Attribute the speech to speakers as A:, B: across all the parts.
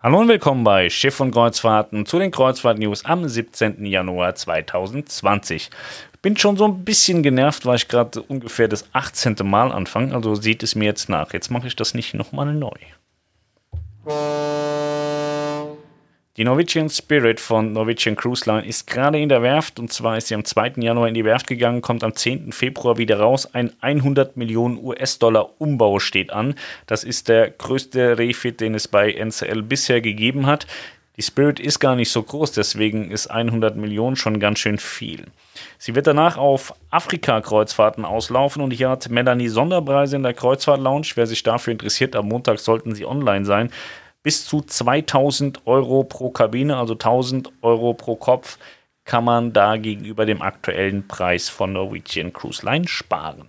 A: Hallo und willkommen bei Schiff und Kreuzfahrten zu den Kreuzfahrt-News am 17. Januar 2020. Bin schon so ein bisschen genervt, weil ich gerade ungefähr das 18. Mal anfange, also seht es mir jetzt nach. Jetzt mache ich das nicht nochmal neu. Die Norwegian Spirit von Norwegian Cruise Line ist gerade in der Werft, und zwar ist sie am 2. Januar in die Werft gegangen, kommt am 10. Februar wieder raus. Ein 100 Millionen US-Dollar Umbau steht an. Das ist der größte Refit, den es bei NCL bisher gegeben hat. Die Spirit ist gar nicht so groß, deswegen ist 100 Millionen schon ganz schön viel. Sie wird danach auf Afrika-Kreuzfahrten auslaufen, und hier hat Melanie Sonderpreise in der Kreuzfahrt-Lounge. Wer sich dafür interessiert, am Montag sollten sie online sein. Bis zu 2.000 Euro pro Kabine, also 1.000 Euro pro Kopf, kann man da gegenüber dem aktuellen Preis von Norwegian Cruise Line sparen.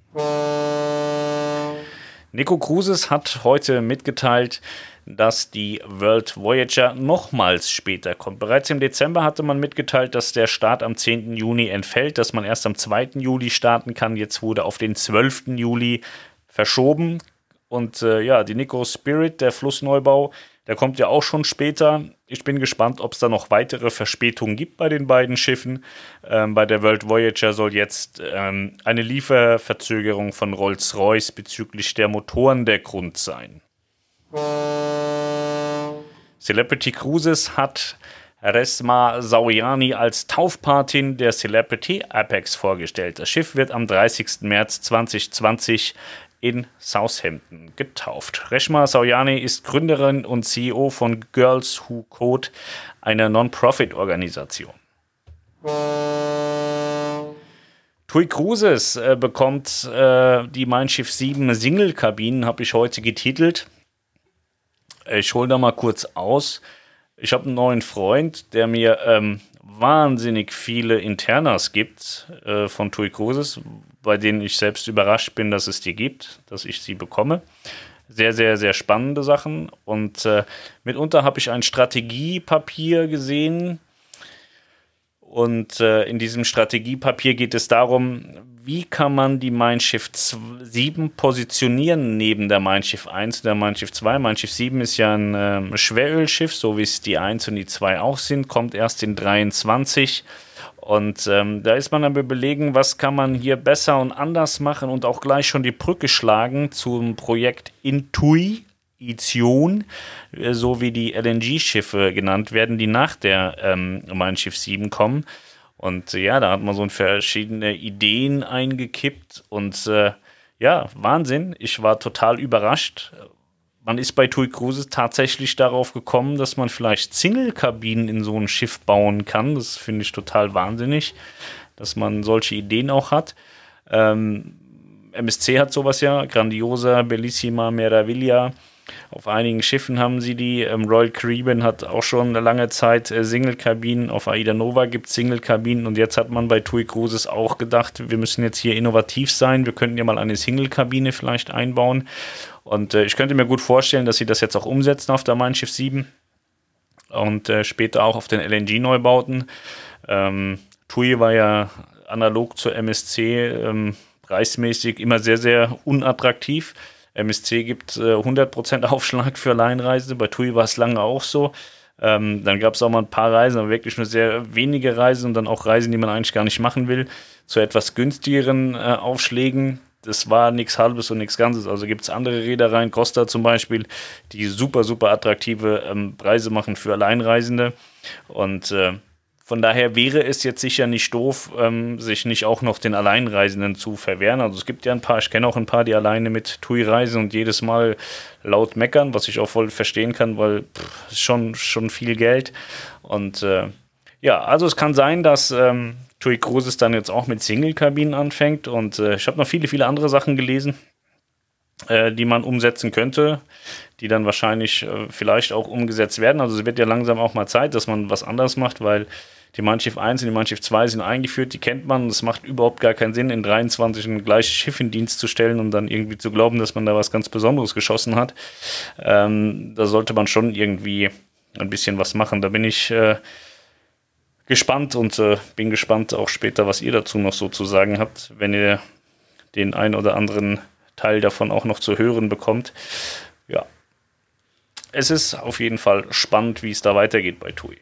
A: Nico Cruises hat heute mitgeteilt, dass die World Voyager nochmals später kommt. Bereits im Dezember hatte man mitgeteilt, dass der Start am 10. Juni entfällt, dass man erst am 2. Juli starten kann. Jetzt wurde auf den 12. Juli verschoben. Und die Nico Spirit, der Flussneubau, der kommt ja auch schon später. Ich bin gespannt, ob es da noch weitere Verspätungen gibt bei den beiden Schiffen. Bei der World Voyager soll jetzt eine Lieferverzögerung von Rolls-Royce bezüglich der Motoren der Grund sein. Celebrity Cruises hat Resmaa Sawyani als Taufpatin der Celebrity Apex vorgestellt. Das Schiff wird am 30. März 2020 in Southampton getauft. Resmaa Sawyani ist Gründerin und CEO von Girls Who Code, einer Non-Profit-Organisation. TUI Cruises bekommt die Mein Schiff 7 Single-Kabinen, habe ich heute getitelt. Ich hole da mal kurz aus. Ich habe einen neuen Freund, der mir wahnsinnig viele Internas gibt von TUI Cruises, bei denen ich selbst überrascht bin, dass es die gibt, dass ich sie bekomme. Sehr, sehr, sehr spannende Sachen. Und mitunter habe ich ein Strategiepapier gesehen. Und in diesem Strategiepapier geht es darum, wie kann man die Mein Schiff 7 positionieren neben der Mein Schiff 1 und der Mein Schiff 2. Mein Schiff 7 ist ja ein Schwerölschiff, so wie es die 1 und die 2 auch sind, kommt erst in 23. Und da ist man am Überlegen, was kann man hier besser und anders machen, und auch gleich schon die Brücke schlagen zum Projekt Intuition, so wie die LNG-Schiffe genannt werden, die nach der Mein Schiff 7 kommen. Und da hat man so verschiedene Ideen eingekippt und Wahnsinn. Ich war total überrascht. Man ist bei TUI Cruises tatsächlich darauf gekommen, dass man vielleicht Single-Kabinen in so ein Schiff bauen kann. Das finde ich total wahnsinnig, dass man solche Ideen auch hat. MSC hat sowas ja, Grandiosa, Bellissima, Meraviglia. Auf einigen Schiffen haben sie die. Royal Caribbean hat auch schon eine lange Zeit Single-Kabinen. Auf Aida Nova gibt es Single-Kabinen. Und jetzt hat man bei TUI Cruises auch gedacht, wir müssen jetzt hier innovativ sein. Wir könnten ja mal eine Single-Kabine vielleicht einbauen. Und ich könnte mir gut vorstellen, dass sie das jetzt auch umsetzen auf der Mein Schiff 7. Und später auch auf den LNG-Neubauten. TUI war ja analog zur MSC preismäßig immer sehr, sehr unattraktiv. MSC gibt 100% Aufschlag für Alleinreisende. Bei TUI war es lange auch so. Dann gab es auch mal ein paar Reisen, aber wirklich nur sehr wenige Reisen und dann auch Reisen, die man eigentlich gar nicht machen will, zu etwas günstigeren Aufschlägen. Das war nichts Halbes und nichts Ganzes. Also gibt es andere Reedereien, Costa zum Beispiel, die super, super attraktive Preise machen für Alleinreisende. Und von daher wäre es jetzt sicher nicht doof, sich nicht auch noch den Alleinreisenden zu verwehren. Also es gibt ja ein paar, ich kenne auch ein paar, die alleine mit TUI reisen und jedes Mal laut meckern, was ich auch voll verstehen kann, weil es schon viel Geld. Und also es kann sein, dass TUI Cruises dann jetzt auch mit Single-Kabinen anfängt. Und ich habe noch viele, viele andere Sachen gelesen, die man umsetzen könnte, die dann wahrscheinlich vielleicht auch umgesetzt werden. Also es wird ja langsam auch mal Zeit, dass man was anderes macht, weil die Mein Schiff 1 und die Mein Schiff 2 sind eingeführt, die kennt man. Es macht überhaupt gar keinen Sinn, in 23 ein gleiches Schiff in Dienst zu stellen und dann irgendwie zu glauben, dass man da was ganz Besonderes geschossen hat. Da sollte man schon irgendwie ein bisschen was machen. Da bin ich gespannt und bin gespannt auch später, was ihr dazu noch so zu sagen habt, wenn ihr den ein oder anderen Teil davon auch noch zu hören bekommt. Ja. es ist auf jeden Fall spannend, wie es da weitergeht bei TUI.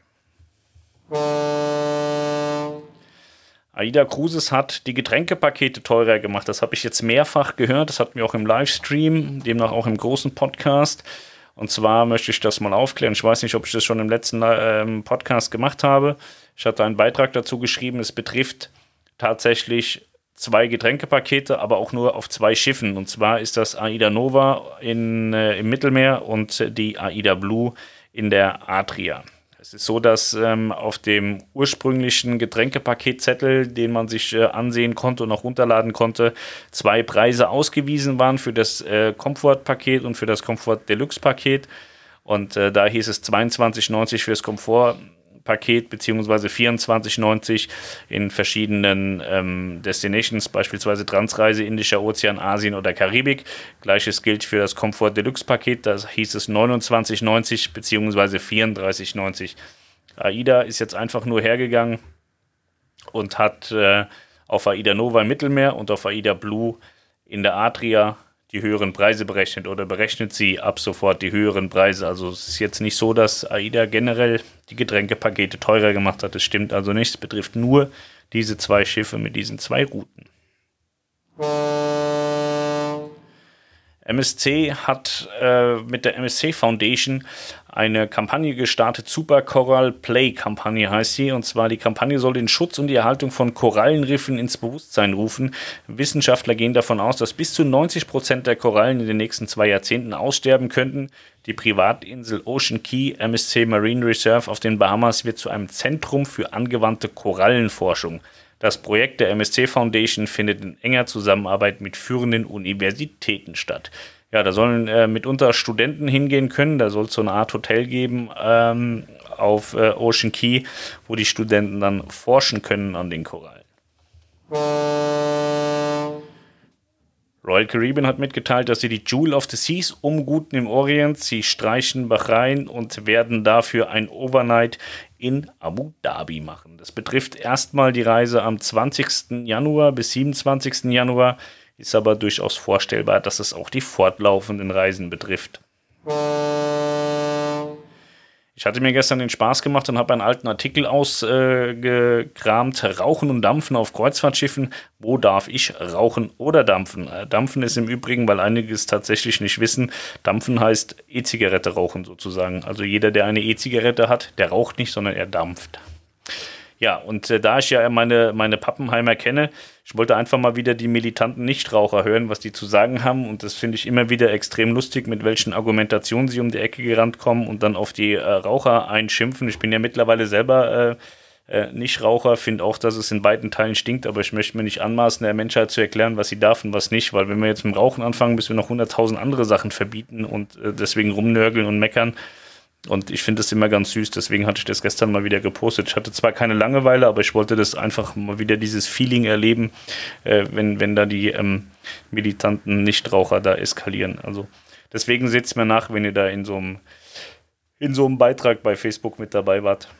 A: AIDA Cruises hat die Getränkepakete teurer gemacht. Das habe ich jetzt mehrfach gehört. Das hatten wir auch im Livestream, demnach auch im großen Podcast. Und zwar möchte ich das mal aufklären. Ich weiß nicht, ob ich das schon im letzten Podcast gemacht habe. Ich hatte einen Beitrag dazu geschrieben. Es betrifft tatsächlich 2 Getränkepakete, aber auch nur auf 2 Schiffen. Und zwar ist das AIDA Nova im Mittelmeer und die AIDA Blue in der Adria. Es ist so, dass auf dem ursprünglichen Getränkepaketzettel, den man sich ansehen konnte und auch runterladen konnte, 2 Preise ausgewiesen waren für das Comfort-Paket und für das Comfort-Deluxe-Paket. Und da hieß es 22,90 für das Komfortpaket beziehungsweise 24,90 in verschiedenen Destinations, beispielsweise Transreise, Indischer Ozean, Asien oder Karibik. Gleiches gilt für das Comfort Deluxe Paket, da hieß es 29,90 beziehungsweise 34,90. AIDA ist jetzt einfach nur hergegangen und hat auf AIDA Nova im Mittelmeer und auf AIDA Blue in der Adria die höheren Preise berechnet oder berechnet sie ab sofort die höheren Preise. Also es ist jetzt nicht so, dass AIDA generell die Getränkepakete teurer gemacht hat. Das stimmt also nicht. Es betrifft nur diese 2 Schiffe mit diesen 2 Routen. MSC hat mit der MSC Foundation eine Kampagne gestartet, Super Coral Play Kampagne heißt sie, und zwar die Kampagne soll den Schutz und die Erhaltung von Korallenriffen ins Bewusstsein rufen. Wissenschaftler gehen davon aus, dass bis zu 90% der Korallen in den nächsten 2 Jahrzehnten aussterben könnten. Die Privatinsel Ocean Key MSC Marine Reserve auf den Bahamas wird zu einem Zentrum für angewandte Korallenforschung. Das Projekt der MSC Foundation findet in enger Zusammenarbeit mit führenden Universitäten statt. Ja, da sollen mitunter Studenten hingehen können. Da soll es so eine Art Hotel geben auf Ocean Key, wo die Studenten dann forschen können an den Korallen. Royal Caribbean hat mitgeteilt, dass sie die Jewel of the Seas umguten im Orient. Sie streichen Bahrain und werden dafür ein Overnight in Abu Dhabi machen. Das betrifft erstmal die Reise am 20. Januar bis 27. Januar, ist aber durchaus vorstellbar, dass es auch die fortlaufenden Reisen betrifft. Ich hatte mir gestern den Spaß gemacht und habe einen alten Artikel ausgekramt. Rauchen und Dampfen auf Kreuzfahrtschiffen. Wo darf ich rauchen oder dampfen? Dampfen ist im Übrigen, weil einige es tatsächlich nicht wissen, Dampfen heißt E-Zigarette rauchen sozusagen. Also jeder, der eine E-Zigarette hat, der raucht nicht, sondern er dampft. Ja, und da ich ja meine Pappenheimer kenne, ich wollte einfach mal wieder die militanten Nichtraucher hören, was die zu sagen haben. Und das finde ich immer wieder extrem lustig, mit welchen Argumentationen sie um die Ecke gerannt kommen und dann auf die Raucher einschimpfen. Ich bin ja mittlerweile selber Nichtraucher, finde auch, dass es in beiden Teilen stinkt, aber ich möchte mir nicht anmaßen, der Menschheit zu erklären, was sie darf und was nicht, weil wenn wir jetzt mit dem Rauchen anfangen, müssen wir noch 100.000 andere Sachen verbieten und deswegen rumnörgeln und meckern. Und ich finde das immer ganz süß, deswegen hatte ich das gestern mal wieder gepostet. Ich hatte zwar keine Langeweile, aber ich wollte das einfach mal wieder dieses Feeling erleben, wenn da die militanten Nichtraucher da eskalieren. Also deswegen seht es mir nach, wenn ihr da in so einem Beitrag bei Facebook mit dabei wart.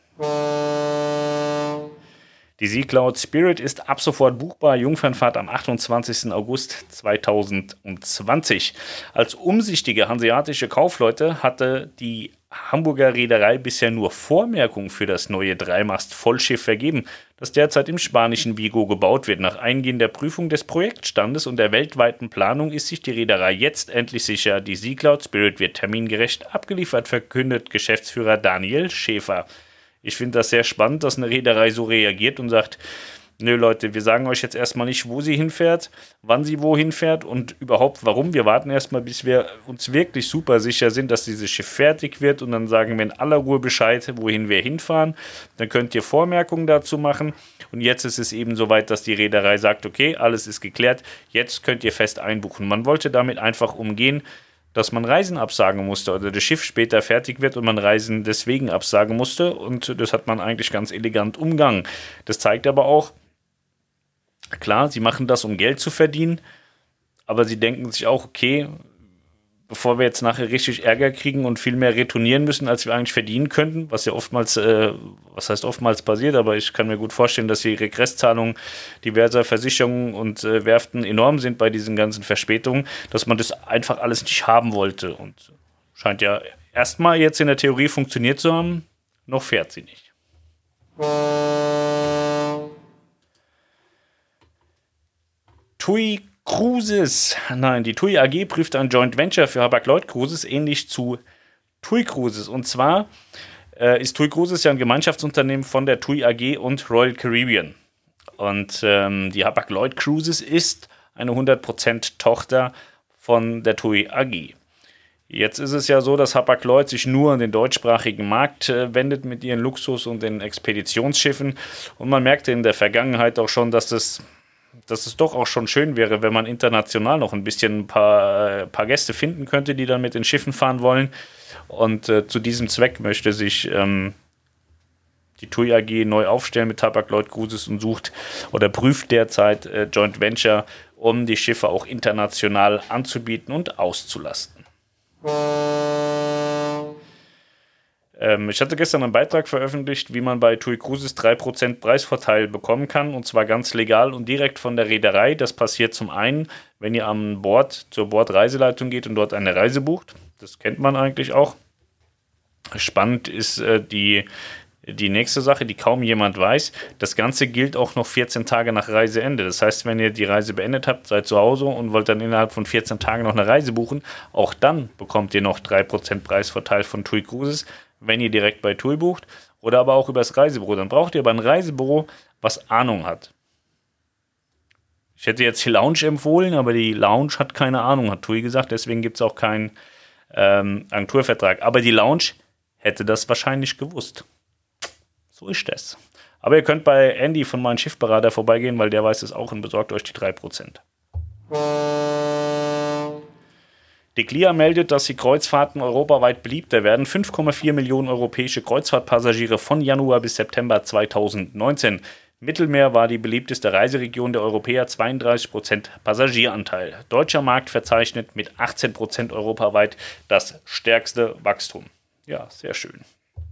A: Die Sea Cloud Spirit ist ab sofort buchbar. Jungfernfahrt am 28. August 2020. Als umsichtige hanseatische Kaufleute hatte die Hamburger Reederei bisher nur Vormerkungen für das neue Dreimast-Vollschiff vergeben, das derzeit im spanischen Vigo gebaut wird. Nach eingehender Prüfung des Projektstandes und der weltweiten Planung ist sich die Reederei jetzt endlich sicher, die Sea Cloud Spirit wird termingerecht abgeliefert, verkündet Geschäftsführer Daniel Schäfer. Ich finde das sehr spannend, dass eine Reederei so reagiert und sagt, nö Leute, wir sagen euch jetzt erstmal nicht, wo sie hinfährt, wann sie wohin fährt und überhaupt warum. Wir warten erstmal, bis wir uns wirklich super sicher sind, dass dieses Schiff fertig wird und dann sagen wir in aller Ruhe Bescheid, wohin wir hinfahren. Dann könnt ihr Vormerkungen dazu machen und jetzt ist es eben soweit, dass die Reederei sagt, okay, alles ist geklärt, jetzt könnt ihr fest einbuchen. Man wollte damit einfach umgehen, dass man Reisen absagen musste oder das Schiff später fertig wird und man Reisen deswegen absagen musste und das hat man eigentlich ganz elegant umgangen. Das zeigt aber auch, klar, sie machen das, um Geld zu verdienen, aber sie denken sich auch, okay, bevor wir jetzt nachher richtig Ärger kriegen und viel mehr retournieren müssen, als wir eigentlich verdienen könnten, was ja oftmals, was heißt oftmals passiert, aber ich kann mir gut vorstellen, dass die Regresszahlungen diverser Versicherungen und Werften enorm sind bei diesen ganzen Verspätungen, dass man das einfach alles nicht haben wollte und scheint ja erstmal jetzt in der Theorie funktioniert zu haben, noch fährt sie nicht. TUI Cruises. Nein, die TUI AG prüft ein Joint Venture für Hapag-Lloyd Cruises, ähnlich zu TUI Cruises. Und zwar ist TUI Cruises ja ein Gemeinschaftsunternehmen von der TUI AG und Royal Caribbean. Und die Hapag-Lloyd Cruises ist eine 100% Tochter von der TUI AG. Jetzt ist es ja so, dass Hapag-Lloyd sich nur an den deutschsprachigen Markt wendet mit ihren Luxus- und den Expeditionsschiffen. Und man merkte in der Vergangenheit auch schon, dass es doch auch schon schön wäre, wenn man international noch ein bisschen ein paar Gäste finden könnte, die dann mit den Schiffen fahren wollen. Und zu diesem Zweck möchte sich die TUI AG neu aufstellen mit Hapag-Lloyd Cruises und sucht oder prüft derzeit Joint Venture, um die Schiffe auch international anzubieten und auszulasten. Ich hatte gestern einen Beitrag veröffentlicht, wie man bei TUI Cruises 3% Preisvorteil bekommen kann, und zwar ganz legal und direkt von der Reederei. Das passiert zum einen, wenn ihr an Bord zur Bordreiseleitung geht und dort eine Reise bucht. Das kennt man eigentlich auch. Spannend ist die nächste Sache, die kaum jemand weiß. Das Ganze gilt auch noch 14 Tage nach Reiseende. Das heißt, wenn ihr die Reise beendet habt, seid zu Hause und wollt dann innerhalb von 14 Tagen noch eine Reise buchen, auch dann bekommt ihr noch 3% Preisvorteil von TUI Cruises, wenn ihr direkt bei TUI bucht oder aber auch über das Reisebüro. Dann braucht ihr aber ein Reisebüro, was Ahnung hat. Ich hätte jetzt die Lounge empfohlen, aber die Lounge hat keine Ahnung, hat TUI gesagt. Deswegen gibt es auch keinen Agenturvertrag. Aber die Lounge hätte das wahrscheinlich gewusst. So ist das. Aber ihr könnt bei Andy von meinem Schiffberater vorbeigehen, weil der weiß es auch und besorgt euch die 3%. Declia meldet, dass die Kreuzfahrten europaweit beliebter werden. 5,4 Millionen europäische Kreuzfahrtpassagiere von Januar bis September 2019. Mittelmeer war die beliebteste Reiseregion der Europäer, 32% Passagieranteil. Deutscher Markt verzeichnet mit 18% europaweit das stärkste Wachstum. Ja, sehr schön.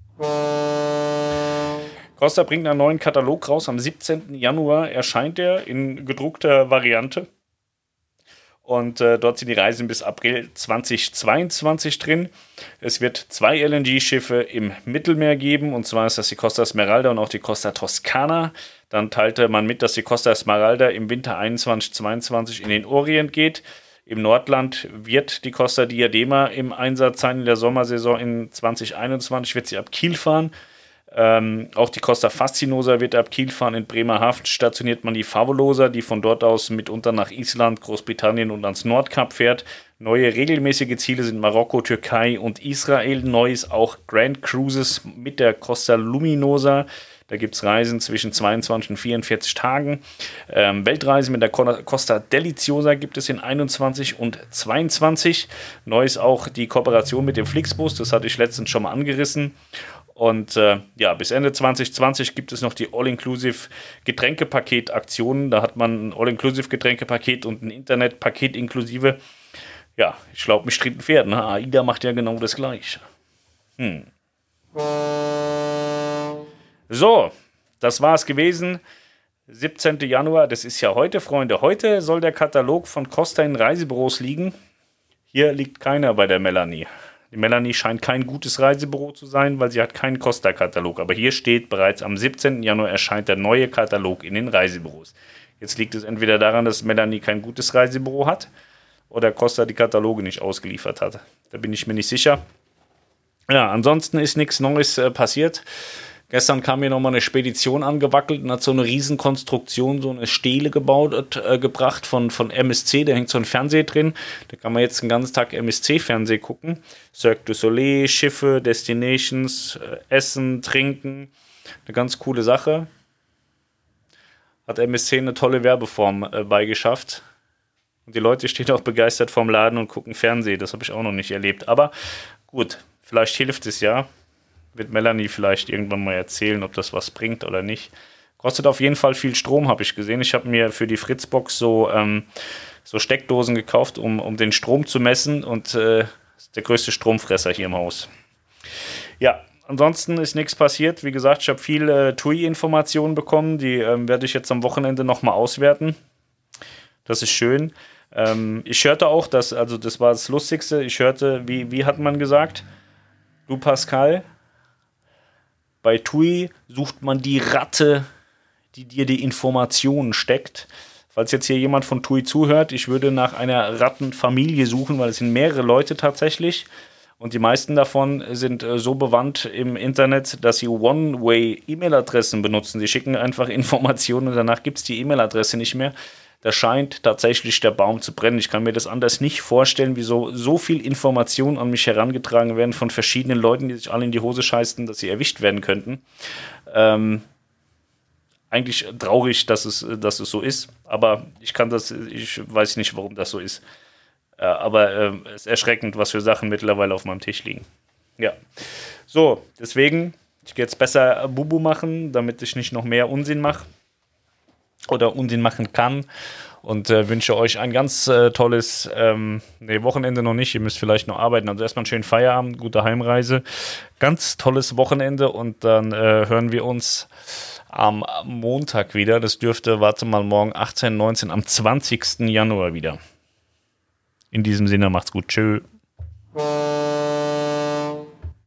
A: Costa bringt einen neuen Katalog raus. Am 17. Januar erscheint er in gedruckter Variante. Und dort sind die Reisen bis April 2022 drin. Es wird 2 LNG-Schiffe im Mittelmeer geben. Und zwar ist das die Costa Smeralda und auch die Costa Toscana. Dann teilte man mit, dass die Costa Smeralda im Winter 21/22 in den Orient geht. Im Nordland wird die Costa Diadema im Einsatz sein. In der Sommersaison in 2021 wird sie ab Kiel fahren. Auch die Costa Fascinosa wird ab Kiel fahren. In Bremerhaven stationiert man die Fabulosa, die von dort aus mitunter nach Island, Großbritannien und ans Nordkap fährt. Neue regelmäßige Ziele sind Marokko, Türkei und Israel. Neu ist auch Grand Cruises mit der Costa Luminosa. Da gibt es Reisen zwischen 22 und 44 Tagen. Weltreisen mit der Costa Deliciosa gibt es in 21 und 22. Neu ist auch die Kooperation mit dem Flixbus. Das hatte ich letztens schon mal angerissen. Und bis Ende 2020 gibt es noch die All-Inclusive-Getränkepaket-Aktionen. Da hat man ein All-Inclusive-Getränkepaket und ein Internetpaket inklusive. Ja, ich glaube, mich stritten Pferd. Ne? AIDA macht ja genau das Gleiche. So, das war es gewesen. 17. Januar, das ist ja heute, Freunde. Heute soll der Katalog von Costa in Reisebüros liegen. Hier liegt keiner bei der Melanie. Die Melanie scheint kein gutes Reisebüro zu sein, weil sie hat keinen Costa-Katalog. Aber hier steht, bereits am 17. Januar erscheint der neue Katalog in den Reisebüros. Jetzt liegt es entweder daran, dass Melanie kein gutes Reisebüro hat oder Costa die Kataloge nicht ausgeliefert hat. Da bin ich mir nicht sicher. Ja, ansonsten ist nichts Neues passiert. Gestern kam mir nochmal eine Spedition angewackelt und hat so eine Riesenkonstruktion, so eine Stele gebracht von MSC. Da hängt so ein Fernseher drin. Da kann man jetzt den ganzen Tag MSC-Fernseh gucken. Cirque du Soleil, Schiffe, Destinations, Essen, Trinken. Eine ganz coole Sache. Hat MSC eine tolle Werbeform beigeschafft. Und die Leute stehen auch begeistert vorm Laden und gucken Fernsehen. Das habe ich auch noch nicht erlebt. Aber gut, vielleicht hilft es ja. Wird Melanie vielleicht irgendwann mal erzählen, ob das was bringt oder nicht. Kostet auf jeden Fall viel Strom, habe ich gesehen. Ich habe mir für die Fritzbox so Steckdosen gekauft, um den Strom zu messen. Und ist der größte Stromfresser hier im Haus. Ja, ansonsten ist nichts passiert. Wie gesagt, ich habe viel TUI-Informationen bekommen. Die werde ich jetzt am Wochenende nochmal auswerten. Das ist schön. Ich hörte auch, das war das Lustigste. Ich hörte, wie hat man gesagt? Du Pascal, bei TUI sucht man die Ratte, die dir die Informationen steckt. Falls jetzt hier jemand von TUI zuhört, ich würde nach einer Rattenfamilie suchen, weil es sind mehrere Leute tatsächlich. Und die meisten davon sind so bewandt im Internet, dass sie One-Way-E-Mail-Adressen benutzen. Sie schicken einfach Informationen und danach gibt es die E-Mail-Adresse nicht mehr. Da scheint tatsächlich der Baum zu brennen. Ich kann mir das anders nicht vorstellen, wieso so viel Informationen an mich herangetragen werden von verschiedenen Leuten, die sich alle in die Hose scheißen, dass sie erwischt werden könnten. Eigentlich traurig, dass es so ist, aber ich weiß nicht, warum das so ist. Aber es ist erschreckend, was für Sachen mittlerweile auf meinem Tisch liegen. Ja. So, deswegen, ich gehe jetzt besser Bubu machen, damit ich nicht noch mehr Unsinn mache oder Unsinn machen kann. Und wünsche euch ein ganz tolles Wochenende noch nicht. Ihr müsst vielleicht noch arbeiten. Also erstmal einen schönen Feierabend, gute Heimreise. Ganz tolles Wochenende und dann hören wir uns am Montag wieder. Das dürfte, morgen 18, 19, am 20. Januar wieder. In diesem Sinne, macht's gut. Tschö.